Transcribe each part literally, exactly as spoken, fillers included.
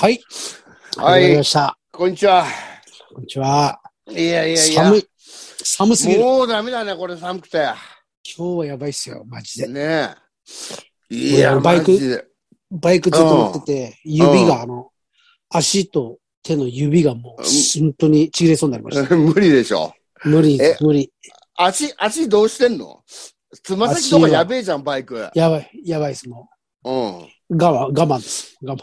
はい。 はい。 始まりました。 こんにちは。 こんにちは。 いやいやいや。 寒い。寒すぎる。 もうダメだね、これ寒くて。 今日はやばいっすよ、マジで。 ねえ。いや、 バイク、 マジで。 バイクずっと乗ってて、指が、あの、足と手の指がもう、本当にちぎれそうになりました。 無理でしょ。 無理、無理。 足、足どうしてんの？つま先とかやべえじゃん、バイク。 やばい、やばいっす、もう。うん。 我慢、我慢です。我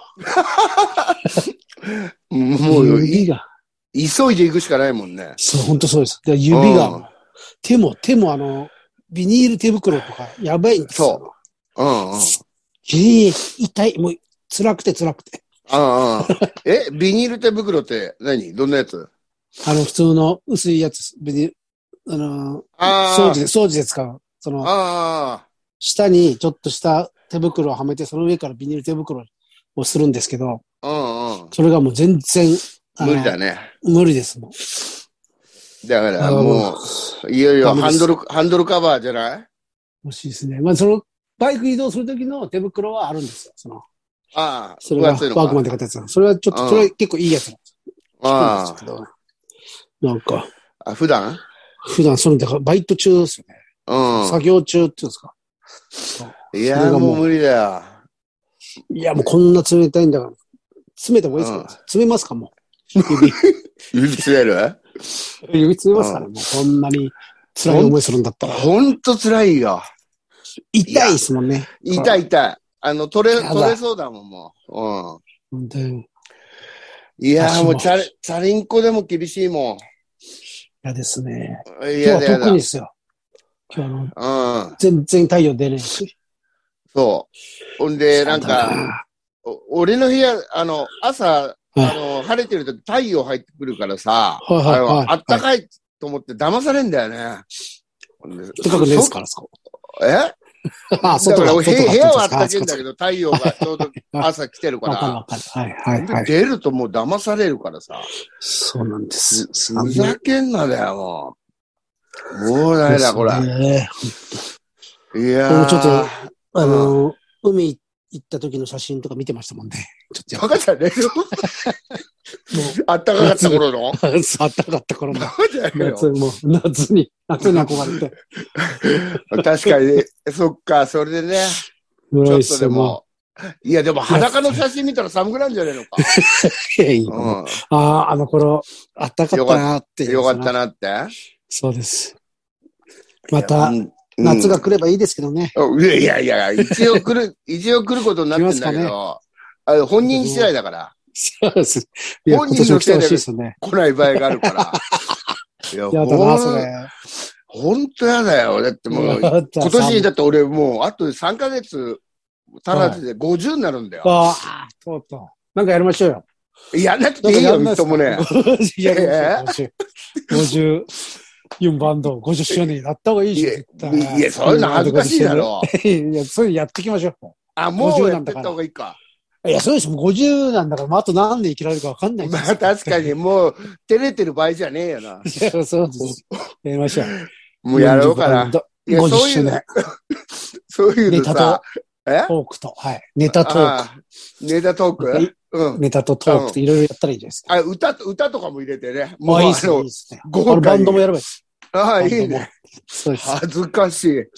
慢。もう、 指が。 急いで行くしかないもんね。 そう、本当そうです。で指が、うん、手も、手もあの、ビニール手袋とか、やばいんですよ。 そう。うんうん。 ええ、痛い。もう、辛くて辛くて。 ああ。え、ビニール手袋って何？どんなやつ？ あの、普通の薄いやつ。ビニール、あの、掃除で、掃除で使う。その、 あ下にちょっとした手袋をはめて、その上からビニール手袋をするんですけど、 うんうん。 それがもう全然、 無理だね。 無理ですもん。 だからもう、いよいよハンドル、ハンドルカバーじゃない？ 欲しいですね。まあ、その、バイク移動するときの手袋はあるんですよ。その、 ああ、 それがワークマンって買ったやつ。それはちょっと、それは結構いいやつなんですよ。ああ。なんか。 あ、普段普段、その、だからバイト中ですよね。うん。作業中っていうんですか。 いや、もう無理だよ。 いや、もうこんな冷たいんだから。詰めた方がいいですか？詰めますか、もう。指。 指詰める？ 指詰めますからね、もうこんなに辛い思いするんだったら。 ほんと辛いよ。 痛いですもんね。 痛い痛い。あの、取れ、取れそうだもん、もう。うん。でいや、もうチャリ、チャリンコでも厳しいもん。 嫌ですね。今日は特にですよ。今日あの、うん、全然太陽出ないし。 そう。ほんで、なんか、俺の部屋、あの、朝、あの、晴れてると太陽入ってくるからさ、はいはいはい、あったかいと思って騙されんだよね。 高くないですから、そこ。 えああ、 外が、部屋はあったけんだけど、太陽がちょうど朝来てるから。 わかるわかる。はいはいはい。 出るともう騙されるからさ。 そうなんです。 ふざけんなだよ、もう。もうダメだ、これ。いやー。 これもちょっと、あの、海行った時の写真とか見てましたもんね。 ちょっと。バカじゃねえよ。もう、あったかかった頃のあったかかった頃の。夏、もう、夏に、夏に憧れて。 確かに、そっか、それでね。ちょっとでも。いや、でも裸の写真見たら寒くなるんじゃねえのか。 うん、ああ、あの頃、あったかったなっていう。 よかったなって。 そうです。また、夏が来ればいいですけどね。 いやいやいや、一応来る、一応来ることになってんだけど、あれ本人次第だから。 そうです。 本人のせいで来ない場合があるから。 いや、やだな、それ。 ほんとやだよ。だってもう、今年だって俺もう、あとさんかげつ足らずでごじゅうになるんだよ。 ああ、とうとう。なんかやりましょうよ。 やんなくていいよ、みっともね。 やりましょう。ごじゅうよんバンドごじゅっしゅうねんになった方がいいし。 いや、そういうの恥ずかしいだろ。 いや、そういうのやっていきましょう。 あ、もうやってった方がいいか。 いや、そうです。もうごじゅうなんだから、あと何年生きられるか分かんないです。 まあ確かに、もう、照れてる場合じゃねえよな。 いや、そうです。やりましょう。 もうやろうかな。 いや、ごじゅっしゅうねん。 そういうのさ、 えトークと、はい。ネタトーク。 ネタトークうん。ネタとトークといろいろやったらいいじゃないですか。 あ、歌、歌とかも入れてね。 もういいですね。バンドもやればいいです。 ああ、いいね。そうです。恥ずかしい。うん。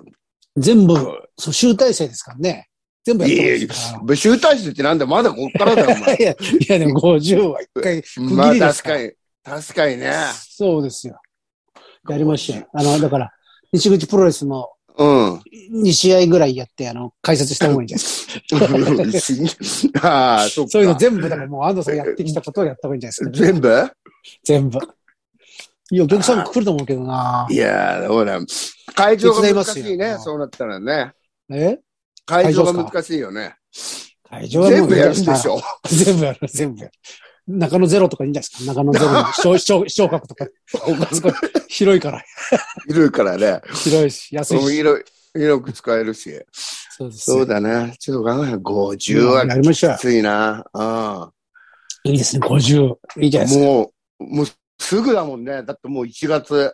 全部、そう、集大成ですからね。全部やってますから。 集大成ってなんだまだこっからだよ、お前。 いや、いやでもごじゅうは一回区切りですから。まあ確かに。確かにね。 そうですよ。やりましょう。あの、だから、西口プロレスも、 うん。 に試合ぐらいやって、あの、解説した方がいいんじゃないですか。 ああ、そうか。 そういうの全部、だからもう安藤さんがやってきたことをやった方がいいんじゃないですか。 全部全部。いや、お客さん来ると思うけどな。 いや、ほら、会場が難しいね、そうなったらね。 え会場が難しいよね。 会場は全部やるんでしょ。 全部やる、全部やる。中野ゼロとかいいんじゃないですか。中野ゼロの小、小、小角とか。広いから。 広いからね。 広いし、安いし。 広い、広く使えるし。 そうです。 そうだね。ちょっと考えごじゅうはきついな。 うん。いいですね、ごじゅう。いいじゃないですか。 もう、もうすぐだもんね。だってもういちがつ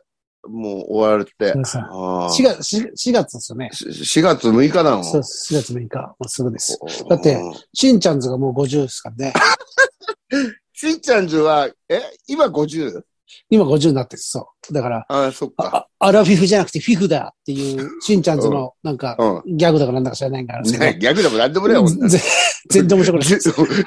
もう終わるって。 そうそう。しがつ、しがつですよね。 しがつむいかなの？ そう、しがつむいか。もうすぐです。だって、しんちゃんズがもうごじゅうですからね。 しんちゃんズは、え今 ごじゅう？ 今ごじゅうになってる。そう。だから、 ああ、そっか。 アラフィフじゃなくてフィフだっていう、しんちゃんズの、なんか、ギャグだかなんだか知らないから。 ね、ギャグでもなんでもねえよ、 全然面白くない。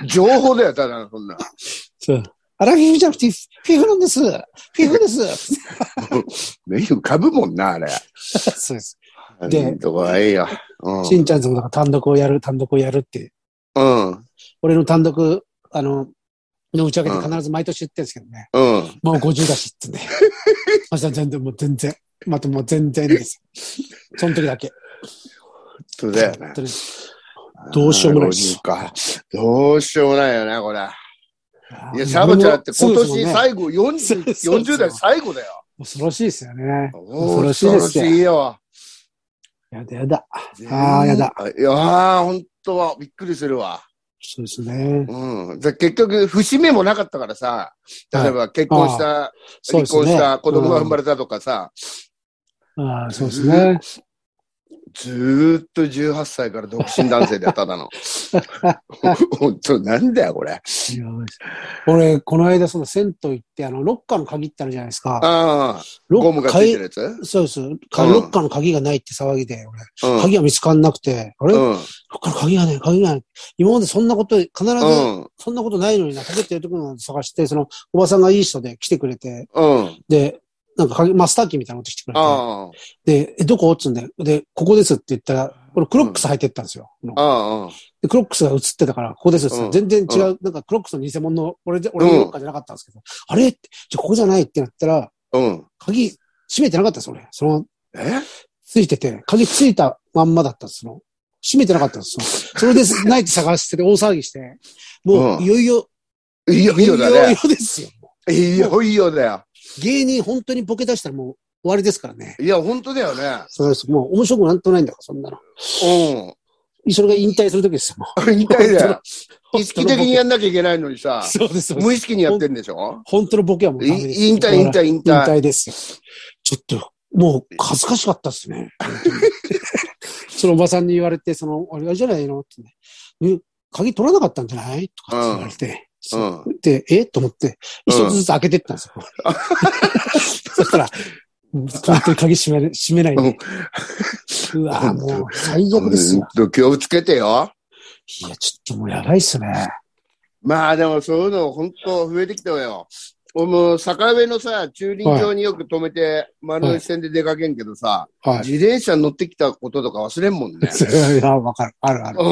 情報だよ、ただ、そんな。 そう。アラフィフじゃなくて、フィフなんです。フィフです。 目浮かぶもんな、あれ。 そうです。 で、とこはいいよ。 うん、しんちゃんズもなんか単独をやる、単独をやるって。 うん。 俺の単独、あの、の打ち上げで必ず毎年言ってるんですけどね。 うん。 もうごじゅうだしってね。明日全然、もう全然。またもう全然ですよ。その時だけ。 本当だよね。 どうしようもないし。 か。どうしようもないよね、これ。いや、シャバちゃんって今年最後、よんじゅう、よんじゅう代最後だよ。 恐ろしいですよね。 恐ろしいですよ。恐ろしいよ。 やだやだ。ああ、やだ。 いやー、ほんとは、びっくりするわ。 そうですね。 うん。結局、節目もなかったからさ、例えば結婚した、はい、離婚した、子供が生まれたとかさ。 ああ、そうですね。 ずーっとじゅうはっさいから独身男性でやっただの。本当なんだよ、これ。 俺、この間、その銭湯行って、あの、ロッカーの鍵ってあるじゃないですか。 ああ。ゴムがついてるやつ？ そうです。ロッカーの鍵がないって騒ぎで、俺、うん、鍵が見つかんなくて、あれ、うん、ロッカーの鍵がない、鍵がない。今までそんなこと、必ず、そんなことないのにな、ポケットやるところを探して、その、おばさんがいい人で来てくれて、うん、で、なんか鍵、マスターキーみたいなの持ってきてくれて、で、え、どこっつうんで、で、ここですって言ったら、俺クロックス履いてったんですよ。うん、でクロックスが映ってたから、ここですって、うん、全然違う、なんかクロックスの偽物の、俺で、俺のロッカーじゃなかったんですけど、うん、あれって、じゃここじゃないってなったら、うん、鍵閉めてなかったんですよ、俺。その、えついてて、鍵ついたまんまだったんですよ。閉めてなかったんですよ。それで、ないって探してて大騒ぎして、もう、いよいよ、 うん、いよいよだね。 いよいよですよ。 いよいよだよ。 芸人本当にボケ出したらもう終わりですからね。 いや、本当だよね。 そうです。もう面白くなんとないんだから、そんなの。うん。それが引退するときですよ、もう。引退だよ。意識的にやんなきゃいけないのにさ。 そうです。 無意識にやってんでしょ？ 本当のボケはもうダメです。 引退、引退、引退。 引退ですよ。ちょっと、もう恥ずかしかったっすね。そのおばさんに言われて、その、あれじゃないのってね。鍵取らなかったんじゃないとかって言われて。うん、で、えと思って、一つずつ開けてったんですよ。うん、そしたら、本当に鍵閉め、閉めないで。うわぁ、もう最悪ですよ。 うん、気をつけてよ。 いや、ちょっともうやばいっすね。まあでもそういうの本当増えてきたわよ。俺も坂上のさ、駐輪場によく止めて、丸の内線で出かけんけどさ、はいはい、自転車乗ってきたこととか忘れんもんね。 いや、わかる。あるある。 うん。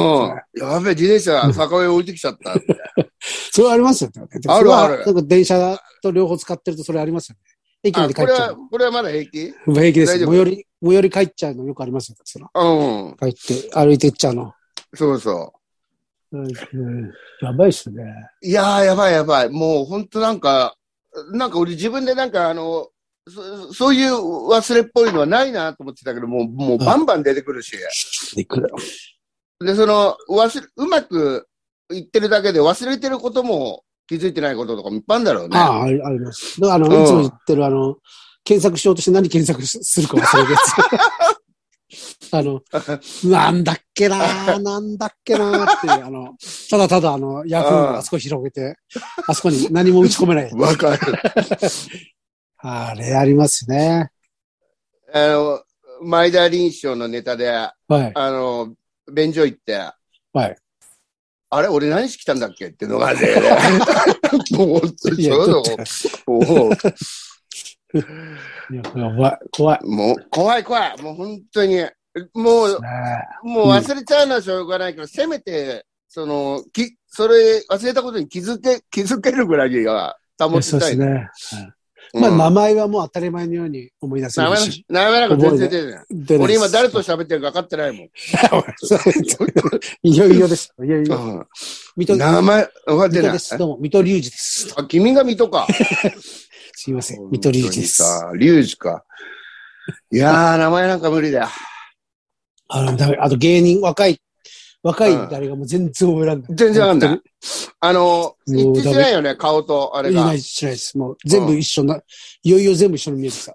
やべえ、自転車坂上置いてきちゃったって。 それありますよね。 あるある。 なんか電車と両方使ってるとそれありますよね。駅まで帰っちゃう。 これは、これはまだ平気？ 平気です。最寄り、最寄り帰っちゃうのよくありますよ。そのうん。帰って歩いてっちゃうの。 そうそう。 うん、やばいっすね。 いやー、やばいやばい。もうほんとなんか、なんか俺自分でなんかあの、そ, そういう忘れっぽいのはないなと思ってたけど、もう、もうバンバン出てくるし。 出てくる。 で、その、忘れ、うまく言ってるだけで忘れてることも気づいてないこととかもいっぱいあるんだろうね。 ああ、あります。だからあの、うん、いつも言ってるあの、検索しようとして何検索するか忘れるやつ。あの、なんだっけなー、なんだっけなーって、あの、ただただあの、ヤフーをあそこ広げて、あそこに何も打ち込めない。 わかる。 あれありますね。 あの、前田林師匠のネタで、はい、あの、便所行って、はい。あれ俺何し来たんだっけっていうのがね、もう本当にそういうのもう、 いや、怖い、怖い。 もう、怖い怖い。もう本当に、もう、もう忘れちゃうのはしょうがないけど、うん、せめて、その、き、それ、忘れたことに気づけ、気づけるぐらいは保ちたい、ね。そうですね。 うん、まあ、名前はもう当たり前のように思い出せるし。 名前なんか全然出ない。俺今誰と喋ってるか分かってないもん。 いよいよです。いよいよ。 うん、水戸、名前分かってない。 どうも、水戸隆二です。 あ、君が水戸か。 すいません。水戸隆二です。 隆二か。いやー、名前なんか無理だよ。 あの、だめ、あと芸人、若い、 若い誰がもう全然覚えらんない。 全然わかんない。あの、一致しないよね、顔とあれが。 いないしないです。もう全部一緒な、いよいよ全部一緒に見えてさ。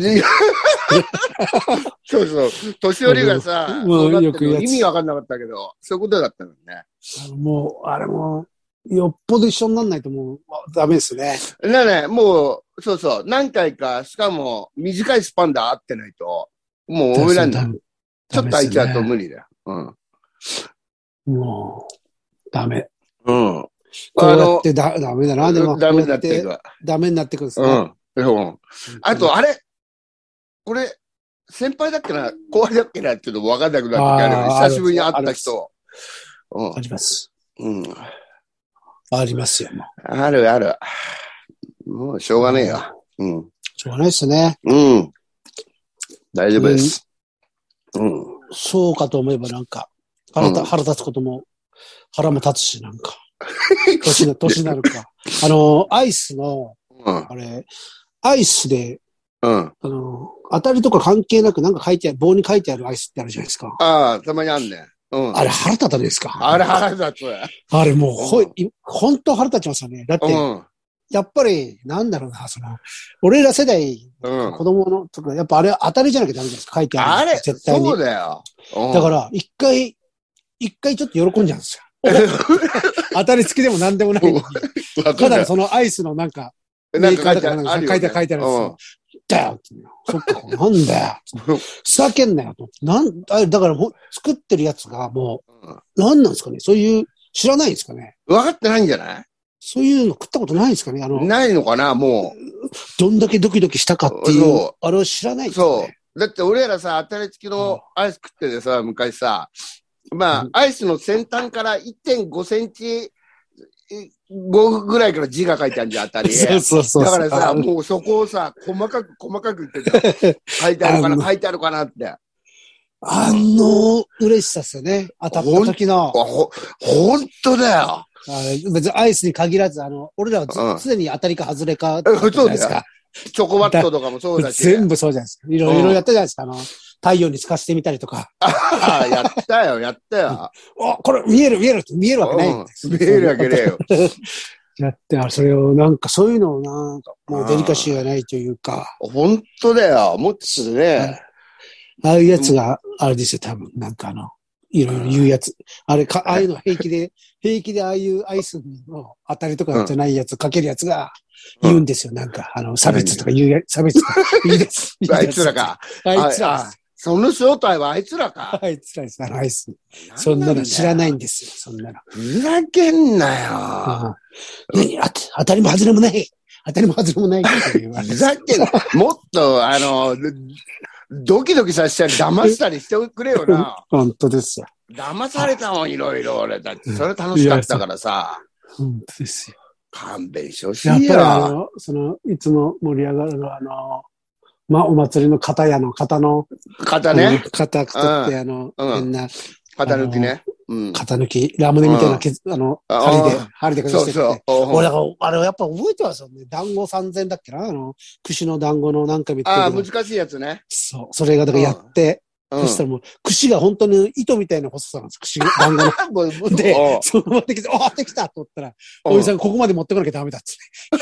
そうそう。年寄りがさ、もうよく意味わかんなかったけど、そういうことだったのね。 もう、あれも、よっぽど一緒にならないともうダメですね。 ねね、もう、そうそう、何回か、しかも短いスパンで会ってないと、もう覚えられない。ちょっと空いちゃうと無理だよ。うん。 もう、ダメ。 うん。 こうやってだ、ダメだな、でも。 ダメになっていく。 ダメになってくるんですね。 うん。うん。あと、あれこれ、先輩だっけな後輩だっけなっていうのも分かんなくなってきあるよ。久しぶりに会った人。 うん。あります。 うん。 ありますよ、もう。 あるある。もう、しょうがねえよ。うん。 しょうがないですね。 うん。大丈夫です。うん。 そうかと思えばなんか、腹立、うん、腹立つことも、腹も立つし、なんか。年な、年なるか。あの、アイスの、うん、あれ、アイスで、 うん。 あの、当たりとか関係なくなんか書いてある、棒に書いてあるアイスってあるじゃないですか。 ああ、たまにあんねん。うん。 あれ腹立たないですか？ あれ腹立つ。 あれもう、ほい、ほんと腹立ちますよね。だって、うん、やっぱり、なんだろうな、その、俺ら世代、うん、子供の、とか、やっぱあれ当たりじゃなきゃダメですか？書いてある。 あれ絶対に。 そうだよ。 うん、だから、一回、一回ちょっと喜んじゃうんですよ。当たり付きでもなんでもないのに。ただそのアイスのなんか、メーカーとかなんか書いてあるんですよ。だよそっか、なんだよ。ふざけんなよと。なん、あだから作ってるやつがもう、なんなんですかね。そういう、知らないんですかね。 分かってないんじゃない？ そういうの食ったことないんですかね。あの、 ないのかな、もう。どんだけドキドキしたかっていう、あれを知らないですかね。 そう。だって俺らさ、当たり付きのアイス食っててさ、昔さ、まあ、アイスの先端から いってんご センチごぐらいから字が書いてあるじゃん、当たり。 そうそうそう。 だからさ、もうそこをさ、細かく細かく言ってたよ。書いてあるかな、書いてあるかなって。 あの、嬉しさっすよね。当たった時の。 ほ、ほんとだよ。 別にアイスに限らず、あの、俺らはず、うん、常に当たりか外れか、 そうですか。チョコバットとかもそうだし。 全部そうじゃないですか。いろいろやったじゃないですか。あの、太陽に透かしてみたりとか。 ああ、やったよ、やったよ。 あ、これ見える、見えるって見えるわけないんです、 うん、見えるわけねえよ。 やって、それをなんかそういうのをなんか、もうデリカシーがないというか。 本当だよ、もっとね。 ああいうやつが、あれですよ、多分、なんかあの、いろいろ言うやつ。あれか、ああいうの平気で、平気でああいうアイスの当たりとかじゃないやつ、かけるやつが言うんですよ。なんか、あの、差別とか言うや、差別とか言うやつ。 あいつらか。 あいつら。 その正体はあいつらか。 あいつらです、あのアイス。そんなの知らないんですよ、そんなの。 ふざけんなよ。 何当たりも外れもない。当たりも外れもないっていう。 ふざけんな。もっと、あの、ドキドキさせたり騙したりしてくれよな。 本当ですよ。 騙されたもん、いろいろ俺だって。それ楽しかったからさ。 本当ですよ。 勘弁してほしいよ。 やっぱりあの、その、いつも盛り上がるのは、あの、まあ、お祭りの型屋の型の。 型ね。 型取って、あの、変な。 型抜きね。 型抜き、ラムネみたいな、あの、針で、針でかけてて。そうそう。俺、あれやっぱ覚えてますよね。団子さんぜんだっけなあの、串の団子のなんか見て。 ああ、難しいやつね。 そう。それが、だからやって、そしたらもう、串が本当に糸みたいな細さなんです。串、団子の。で、そのままできて、ああ、できたと思ったら、おじさんここまで持ってこなきゃダメだっつって。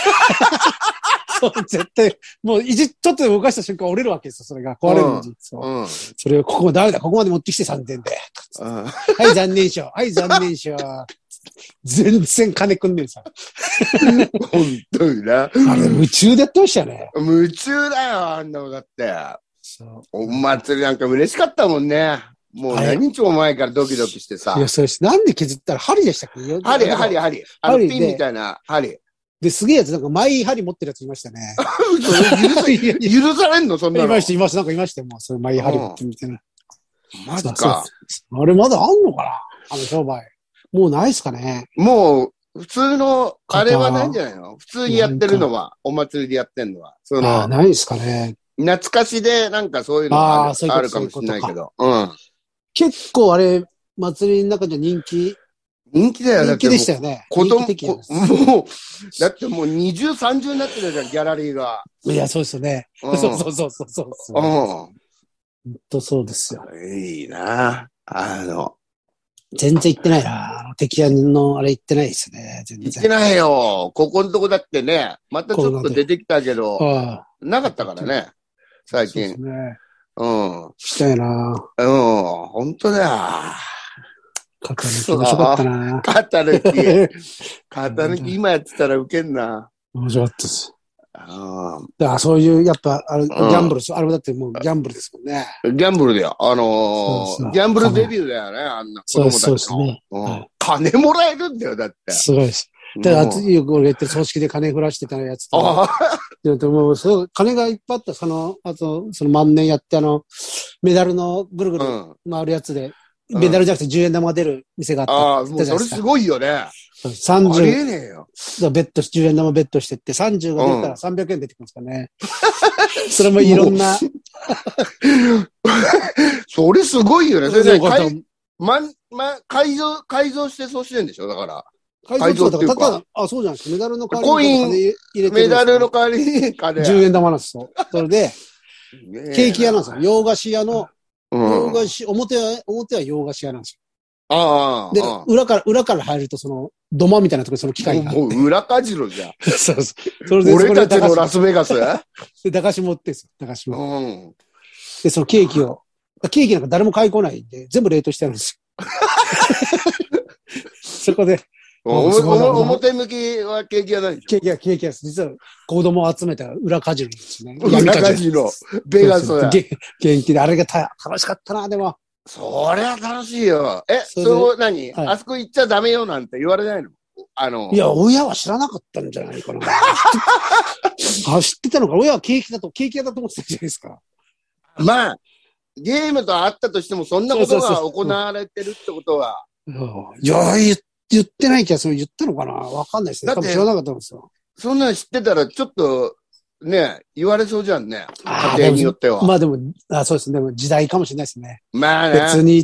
そう絶対、もう、いじ、ちょっと動かした瞬間折れるわけですよ、それが。壊れるのに。そう。うん、それを、ここもダメだ、ここまで持ってきてさんぜんで。うん、はい、残念賞。はい、残念賞。全然金くんねえさ。 本当にな。 あれ、夢中でやってましたね。 夢中だよ、あんなのだって。そう。お祭りなんか嬉しかったもんね。もう何日も前からドキドキしてさ。 いや、そうです。なんで削ったら針でしたっけ？ 針、針、針。あの、ピンみたいな針。 で、すげえやつ、なんか、マイ針持ってるやついましたね。 許されんのそんなの。 いました、いました、なんかいましたよ、もう、そのマイ針持ってみたいな。 マジか。 あれまだあんのかなあの商売。もうないっすかね。 もう、普通の、あれはないんじゃないの？普通にやってるのは、お祭りでやってんのは。その、 あ、ないっすかね。 懐かしで、なんかそういうのがある、あるかもしれないけど。うん。 結構あれ、祭りの中で人気。 人気だよ、 人気でしたよね。 子供、もう、だってもう二重三重になってるじゃん、ギャラリーが。 いや、そうですよね。うん、そうそうそうそうそう。うん。ほんとそうですよ。 いいなあの、 全然行ってないな。あの敵屋のあれ行ってないですね。全然。 行ってないよ。ここのとこだってね、またちょっと出てきたけど、なかったからね、最近。そうですね。うん。 行きたいな。うん、 本当だよ。 肩抜き面白かったな。 肩抜き。肩抜き今やってたらウケんな。 面白かったです。ああ、そういう、やっぱ、あれ、ギャンブル、あれだってもうギャンブルですもんね。 ギャンブルだよ。あのー、ギャンブルデビューだよね、あんな子供たちの。そうですね、うんはい。金もらえるんだよ、だって。 すごいです。だから、よく俺言ってる葬式で金振らしてたやつとか。もうそう金がいっぱいあった、その、あと、その万年やって、あの、メダルのぐるぐる回るやつで、うん、メダルじゃなくてじゅうえん玉出る店があった。ああ、もうそれすごいよね。 さんじゅう。 ありえねえよ。 ベッド、じゅうえん玉ベッドしてって、さんじゅうが出たらさんびゃくえん出てきますかね。うん、それもいろんな。 それすごいよね。それで、ま、ま、改造、改造してそうしてんでしょだから。 改造っていうか。ただ、あ、そうじゃないですか。メダルの代わりに金入れてる。メダルの代わりに金。 じゅうえん玉なんですよ。それで、ケーキ屋なんですよ。洋菓子屋の、洋菓子、表は、表は洋菓子屋なんですよ。 ああ。 で、裏から、裏から入ると、その、土間みたいなところにその機械があって。 もう裏カジノじゃん。 そうそう。それで、 俺たちのラスベガスで、駄菓子持ってんすよ。駄菓子も。うん。で、そのケーキを、ケーキなんか誰も買い来ないんで、全部冷凍してあるんですよ。そこで。 おお表向きはケーキ屋ないでしょケーキ屋、ケーキ屋です。実は子供を集めた裏カジノですね。 裏カジノ。ベガスや。 元気で、あれがた楽しかったな、でも。 そりゃ楽しいよ。え、そう、何、はい、あそこ行っちゃダメよなんて言われないのあの。 いや、親は知らなかったんじゃないかな。あ、知ってたのか。親はケーキだと、ケーキ屋だと思ってたじゃないですか。 まあ、ゲームとあったとしても、そんなことが行われてるってことは。 いや、言ってない気がする。言ったのかなわかんないですね。多分知らなかったんですよ。 そんなん知ってたら、ちょっと、ね、言われそうじゃんね。家庭によっては。 まあでも、あそうですね。でも時代かもしれないですね。 まあね。 別にって、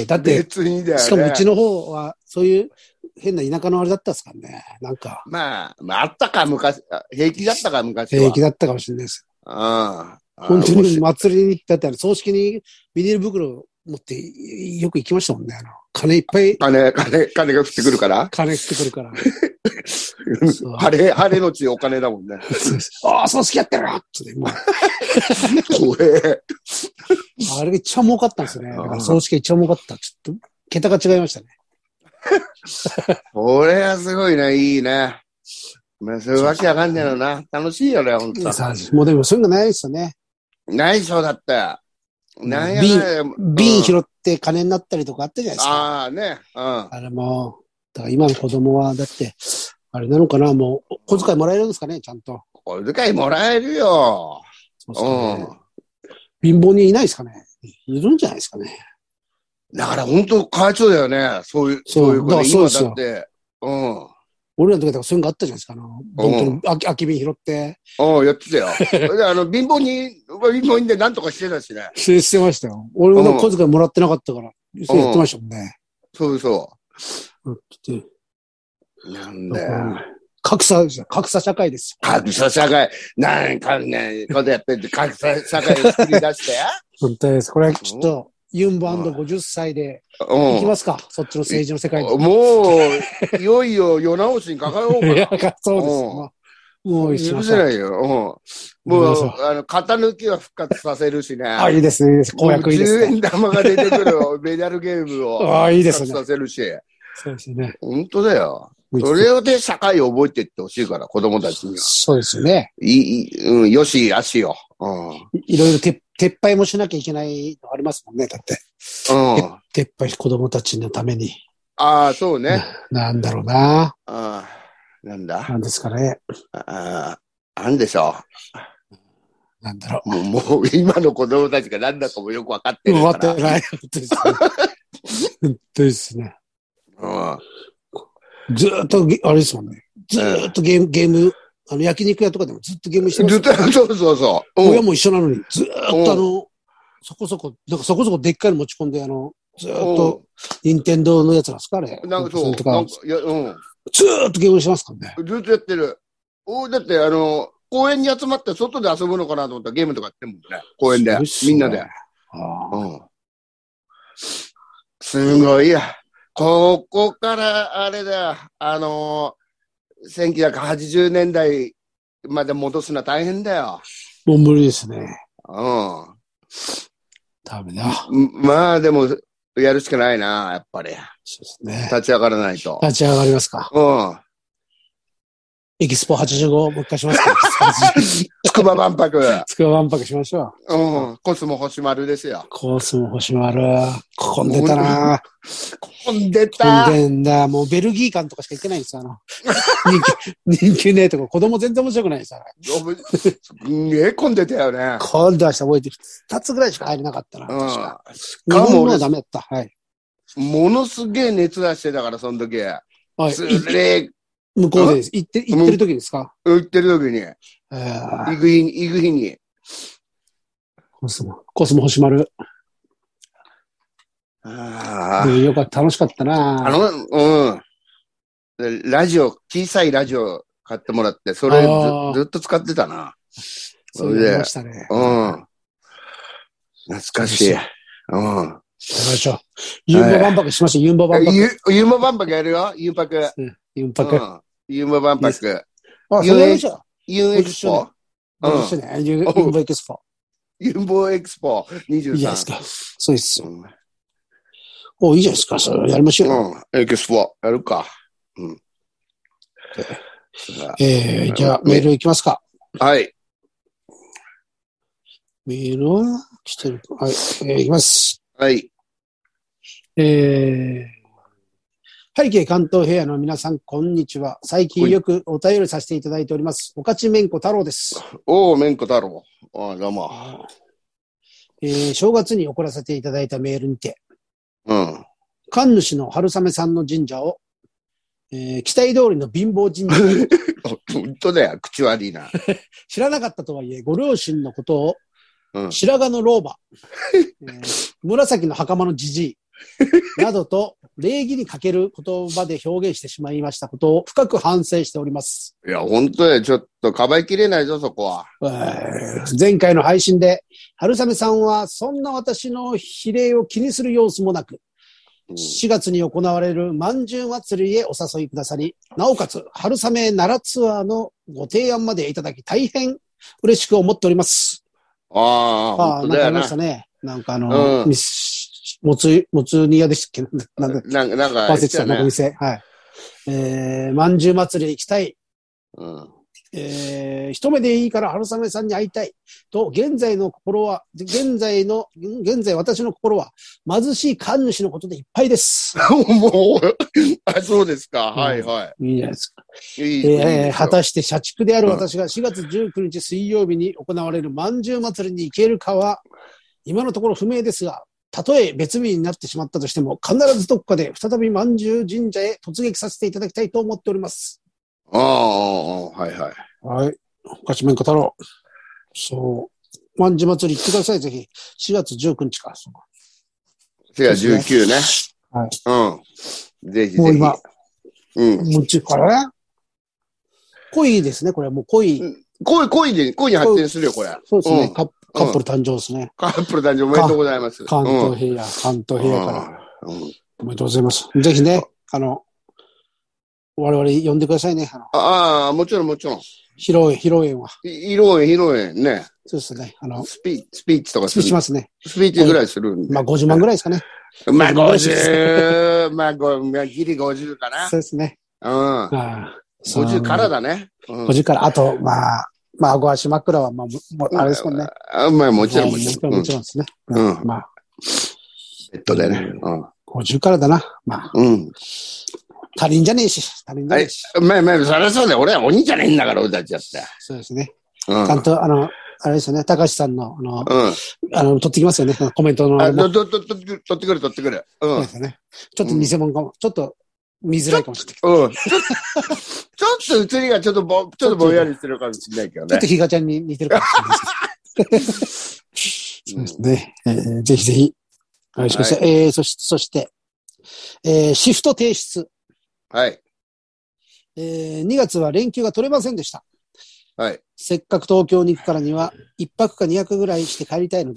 だって、 別にだよね。 しかもうちの方は、そういう変な田舎のあれだったんですからね。なんか。 まあ、まあ、あったか、昔。平気だったか、昔は。平気だったかもしれないです。 ああ。 本当に祭りに、だってあの、葬式にビニール袋持ってよく行きましたもんね。あの、金いっぱい。 金、金、金が降ってくるから金降ってくるから。 晴れ、晴れのちお金だもんね。 ああ、葬式やってるよって、もう。 怖え。 あれが一番儲かったんですよね。だから葬式が一番儲かった。ちょっと、桁が違いましたね。 これはすごいね、いいね。まあ、そういうわけわかんねえのな。楽しいよね、ほんと。 もうでもそういうのないですよね。 ないでしょ、だって。 なんや瓶、瓶拾って金になったりとかあったじゃないですか。 ああ、ね。うん。 あれも、だから今の子供は、だって、あれなのかな、もう、小遣いもらえるんですかね、ちゃんと。 小遣いもらえるよ。 そうですかね。貧乏にいないですかね。いるんじゃないですかね。 だから本当かわいそうだよね。そういう、そういうこと今だって。うん。 俺らの時はそういうのがあったじゃないですか。あの、本当に空き瓶拾って。 うん、やってたよ。で、あの、貧乏に、貧乏人で何とかしてたしね。 して、してましたよ。俺も小遣いもらってなかったから、そうやってましたもんね。 そうそう。 ってなんだよ。 格差ですよ。格差社会ですよ。 格差社会。なんかね、ことやってて、格差社会を作り出して。 本当です。これちょっと、ユンボごじゅっさいで、行きますか、そっちの政治の世界に。 もう、いよいよ世直しにかかろうかな。いや、 そうですよ。もう一緒許せないよ。もう、あの、型抜きは復活させるしね。 あ、いいですね、いいです。公約いいですね。 じゅうえん玉が出てくるメダルゲームをあ、いいですね。 復活させるし。 そうですね。 本当だよ。それで社会を覚えていってほしいから、子供たちには。 そうですよね。 いい、うん、よし、あしよ。うん。 いろいろ撤廃もしなきゃいけないのありますもんね、だって。うん。撤廃子供たちのために。 ああ、そうねな。なんだろうな。ああ。なんだなんですかね。 ああ、なんでしょう。なんだろう。 もう、もう今の子供たちが何だかもよくわかってるから。 わかってない。本当ですね。本当ですね。 うん。 ずーっと、あれですもんね。ずーっとゲーム、ゲーム、あの、焼肉屋とかでもずっとゲームしてます。 ずっと、そうそうそう。 親も一緒なのに、ずーっとあの、そこそこ、なんかそこそこでっかいの持ち込んで、あの、ずーっと、任天堂のやつなんですかあれ。 なんかそう。 とかなんかいや、うん。 ずーっとゲームしてますからね。 ずっとやってる。おだって、あの、公園に集まって外で遊ぶのかなと思ったらゲームとかやってるもんね。公園で。みんなで。あうん。すごいや。 ここから、あれだよ、あのー、せんきゅうひゃくはちじゅうねんだいまで戻すのは大変だよ。 もう無理ですね。 うん。 ダメだ。 まあでも、やるしかないな、やっぱり。 そうですね。 立ち上がらないと。 立ち上がりますか。 うん。 エキスポはちじゅうご、もう一回しますか。 つくば万博。 つくば万博しましょう。うん。コスモ星丸ですよ。 コスモ星丸。混んでたな混んでた。 混んでんだ。もうベルギー館とかしか行けないんですよ。あの、人気、人気ねえとこ。子供全然面白くないですよ。 すんげえ混んでたよね。 混んでました。覚えてる。二つぐらいしか入れなかったな。確か。 日本のはダメだった。はい。 ものすげえ熱出してたから、その時。はい。すれ向こうです。行って、行ってる時ですか？ 行ってる時に。行く日に、行く日に。 コスモ、コスモ星丸。ああ。よかった、楽しかったな。 あの、うん。ラジオ、小さいラジオ買ってもらって、それずずっと使ってたな。 それで。ましたね。 うん。懐かしい。うん。やりましょう。ユンボ万博しましょう、ユンボ万博。 ユンボ万博やるよ、ユンパク。 ユンパク。 ユンボ万博。 あ、それやりましょう。 ユンエクスポ。 うん。ユンボエクスポ。 ユンボエクスポにじゅうさん。 いいじゃないですか。そうです。お、いいじゃないですか。それやりましょう。 うん。エクスポやるか。うん。 えー、じゃあメールいきますか。 はい。 メールは来てる。はい。えー、いきます。 はい。 えー、背景関東平野の皆さん、こんにちは。最近よくお便りさせていただいております。おかちめんこ太郎です。 おー、めんこ太郎。あどうも。 えー、正月に送らせていただいたメールにて、 うん。 神主の春雨さんの神社を、えー、期待通りの貧乏神社。 本当だよ、口悪いな。 知らなかったとはいえ、ご両親のことを、うん、白髪の老婆、えー、紫の袴のじじい、などと礼儀に欠ける言葉で表現してしまいましたことを深く反省しております。 いや、本当だよ。ちょっとかばいきれないぞ、そこは。 えー、前回の配信で、春雨さんはそんな私の比例を気にする様子もなく、しがつに行われるまんじゅう祭りへお誘いくださり、なおかつ春雨奈良ツアーのご提案までいただき大変嬉しく思っております。 ああ、本当だよな。 なんかありましたね。なんかあの、うん、もつ、もつ煮屋でしたっけなんだなんか、なんか、 忘れてた、なんか店。はい。えー、まんじゅう祭り行きたい。 うん。 えー、一目でいいから春雨さんに会いたい。と、現在の心は、現在の、現在私の心は、貧しい神主のことでいっぱいです。 もう、あ、そうですか。うん、はいはい。 いいじゃないですか。 いいえー、果たして社畜である私がしがつじゅうくにち水曜日に行われるまんじゅう祭りに行けるかは、今のところ不明ですが、たとえ別日になってしまったとしても、必ずどこかで再びまんじゅう神社へ突撃させていただきたいと思っております。 ああ、はいはい。 はい。かちめんこ太郎。そう。まんじゅう祭り行ってください、ぜひ。しがつじゅうくにちか。 しがつじゅうくね。 はい。 うん。ぜひぜひ。 もう今、 うん。 もちから恋ですね、これ。もう恋。 恋、恋で、恋に発展するよ、これ。 そうですね。うん、カッカップル誕生ですね。 カップル誕生おめでとうございます。 関東平野、関東平野から。おめでとうございます。ぜひね、あの、我々呼んでくださいね。あ, ああ、もちろんもちろん。 披露宴、披露宴は。 披露宴、披露宴ね。 そうですね。あの、 スピスピーチとかする。スピーチしますね。 スピーチぐらいするんで。 まあごじゅうまんぐらいですかね。 まあごじゅう、まあご、まあギリごじゅうかな。 そうですね。 うん。ああごじゅうからだね。 うん、ごじゅうから、あと、まあ、まあ、顎足枕は、まあ、あれですもんね。 あまあ、もちろん、もちろん。 もちろんですね。 うん。 まあ。 ベッドでね。うん。 ごじゅうからだな。まあ。 うん。 他人じゃねえし。他人じゃねえし。 まあまあ、そりゃそうだよ。俺は鬼じゃねえんだから、俺たちだって。 そうですね。うん。ちゃんと、あの、あれですよね。高橋さんの、あの、 うん。 あの、取ってきますよね。コメントの。 あ、と、と、と、取ってくる、取ってくる。うん。 そうですね。ちょっと偽物かも。ちょっと、見づらいかもしれない。 うん。ちょっと映りがちょっとぼ、ちょっとぼんやりしてるかもしれないけどね。 ちょっとひがちゃんに似てるかもしれないです。そうですね。えー、ぜひぜひ、お願いします。はい、えー、そし、そして、えー、シフト提出。 はい。 えー、にがつは連休が取れませんでした。 はい。 せっかく東京に行くからには、いっぱくかにはくぐらいして帰りたいので、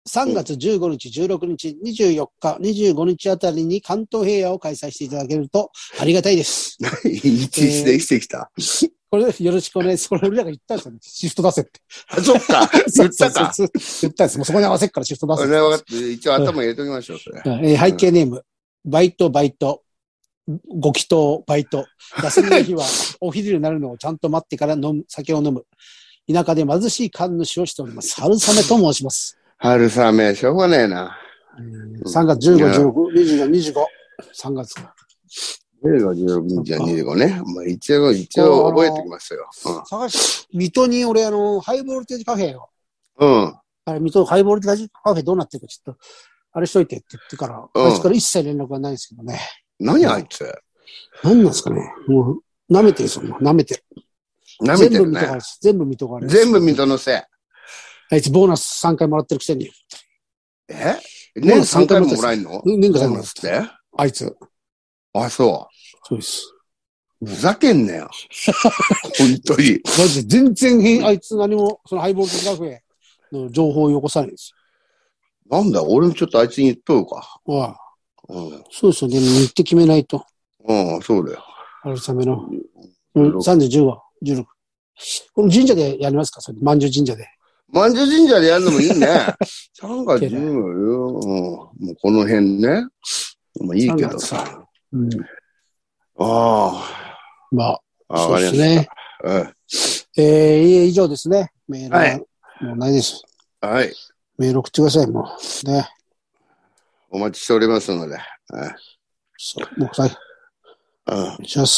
さんがつじゅうごにち、じゅうろくにち、にじゅうよっか、にじゅうごにちあたりに関東平野を開催していただけるとありがたいです。 一日でしてきた。 これよろしくお願いします。これ俺らが言ったんですよね。シフト出せって。 あ、そっか。言ったか。 そうそうそう言ったんです。もうそこに合わせっからシフト出せって。 分かって、一応頭入れときましょう、それ。 えー、背景ネーム、バイト、バイト。ご祈祷、バイト。休みの日はお昼になるのをちゃんと待ってから飲む、酒を飲む。田舎で貧しい神主をしております。春雨と申します。 春雨、しょうがねえな。 さんがつじゅうご、じゅうろく、にじゅうご、にじゅうご。さんがつ。 じゅうご、じゅうろく、にじゅうご、にじゅうごね。まあ一応、一応覚えておきますよ。 うん、探し、水戸に俺あの、ハイボルテージカフェよ。 うん。 あれ、水戸ハイボルテージカフェどうなってるかちょっと、あれしといてって言ってから、うん、あいつから一切連絡がないんですけどね。 何あいつ何なんですかね。もう、舐めてるぞ、舐めてる。 舐めてるね。 全部水戸がある。 全部水戸のせい。 あいつボーナスさんかいもらってるくせに。 え年さんかいももらえんの年間さんかいもらって。 あいつ。 あ、そう。 そうです。 ふざけんなよ。本当に。 だって全然変、あいつ何も、そのハイボールカフェの情報をよこさないんですよ。なんだ、俺もちょっとあいつに言っとるか。 ああ。うん。そうですよね。言って決めないと。 うん、そうだよ。 春雨の。うん、さんじゅう、じゅうご、じゅうろく。この神社でやりますかそれ。万寿神社で。 万寿神社でやるのもいいね。さんがつじゅうごよ。うん。もうこの辺ね。まあいいけどさ。 うん。 ああ。 まあ、 そうですね。 うん。えー、以上ですね。メールは。はい、もうないです。 はい。 メール送ってください、もう。ね。 お待ちしておりますので。はい。 そう、もうさい。 うん。 お願いします。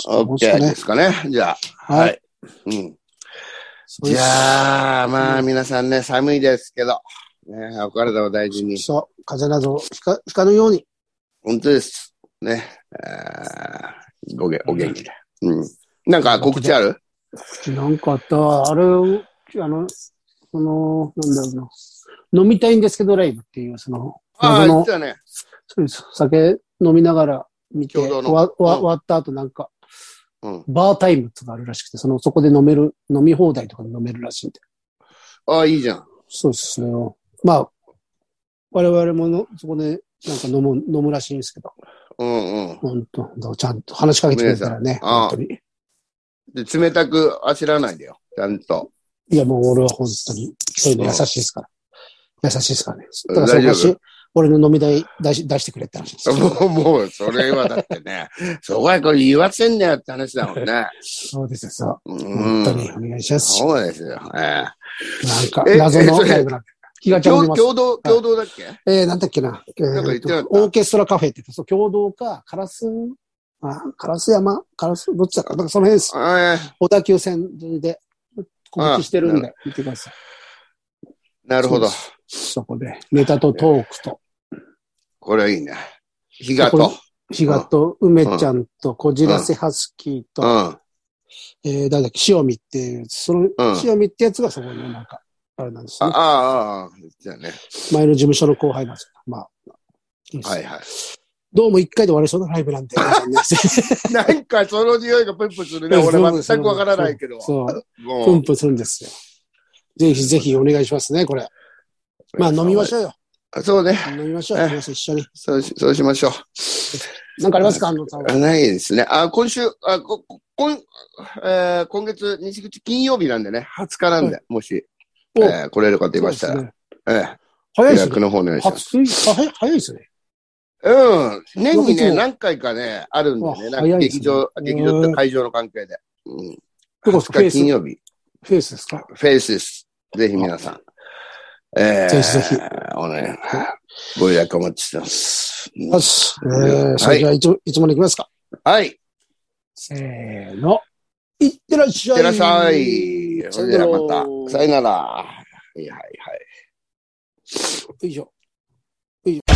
オッケーですかね。じゃあ。はい。うん。じゃあ、まあ、皆さんね、寒いですけど、ね、お体を大事に。 そう、風邪などひか、ひかぬように。 本当です。ね。ごげ、お元気で。うん。なんか告知ある？ なんかあった。あれ、あの、その、なんだろうな。飲みたいんですけど、ライブっていう、その、 ああ、言ってたね。 そうです。酒飲みながら見て、終わ、終わった後なんか、うん、バータイムとかあるらしくて、その、そこで飲める、飲み放題とかで飲めるらしいんで。 ああ、いいじゃん。 そうですね。まあ、我々もの、そこでなんか飲む、飲むらしいんですけど。 うんうん。 本当ちゃんと話しかけてくれたらね。本当に。 で、冷たくあしらないでよ。ちゃんと。 いや、もう俺は本当に、そういうの優しいですから。優しいですからね。だからそうかし、俺の飲み代出し、出してくれって話です。 もう、もう、それはだってね、そこはこれ言わせんねよって話だもんね。 そうですよ、そう。本当にお願いします。 そうですよ。えー、 なんか、謎のライブなんで。気がちゃう共同、共同だっけ？ えー、なんだっけな。 なんか言ってなかった？ オーケストラカフェって、そう、共同か、カラス、あ、カラス山カラス、どっちだか、なんかその辺です。小田急線で告知してるんで、見てください。 なるほど。 そこで、ネタとトークと。 これはいいね。ヒガと。 ヒガと、梅ちゃんと、こじらせハスキーと、うん、えー、誰だっけ、塩見っていう、その、塩見ってやつがそこのなんか、あれなんですね。 ああ、ああ、じゃあね。 前の事務所の後輩なんですよ。まあ。 はいはい。 どうも一回で終わりそうなライブなんで。 なんかその匂いがプンプンするね。俺全くわからないけど。 そう。プンプンするんですよ。ぜひぜひお願いしますね、これ。まあ飲みましょうよ。 そうね。 飲みましょう。皆さん一緒に。 そうし、そうしましょう。なんかありますか、安藤さんは。 ないですね。あ、今週、あ、こ、こん、えー、今月、西口金曜日なんでね、はつかなんで、もし、えー、来れる方いましたら。ええ。 早いですね。 予約の方お願いします。 早い、早いですね。 うん。年にね、何回かね、あるんでね。なんか劇場、劇場って会場の関係で。うん。はつか金曜日。 フェイスですか？ フェイスです。ぜひ皆さん。えー、 ぜひぜひ。 おね、ご予約お待ちしてます。 よし。えー、それじゃあ、いつ、いつもに行きますか。 はい。 せーの。いってらっしゃい。 いってらっしゃい。それではまた。さよなら。はいはいはい。 よいしょ。よいしょ。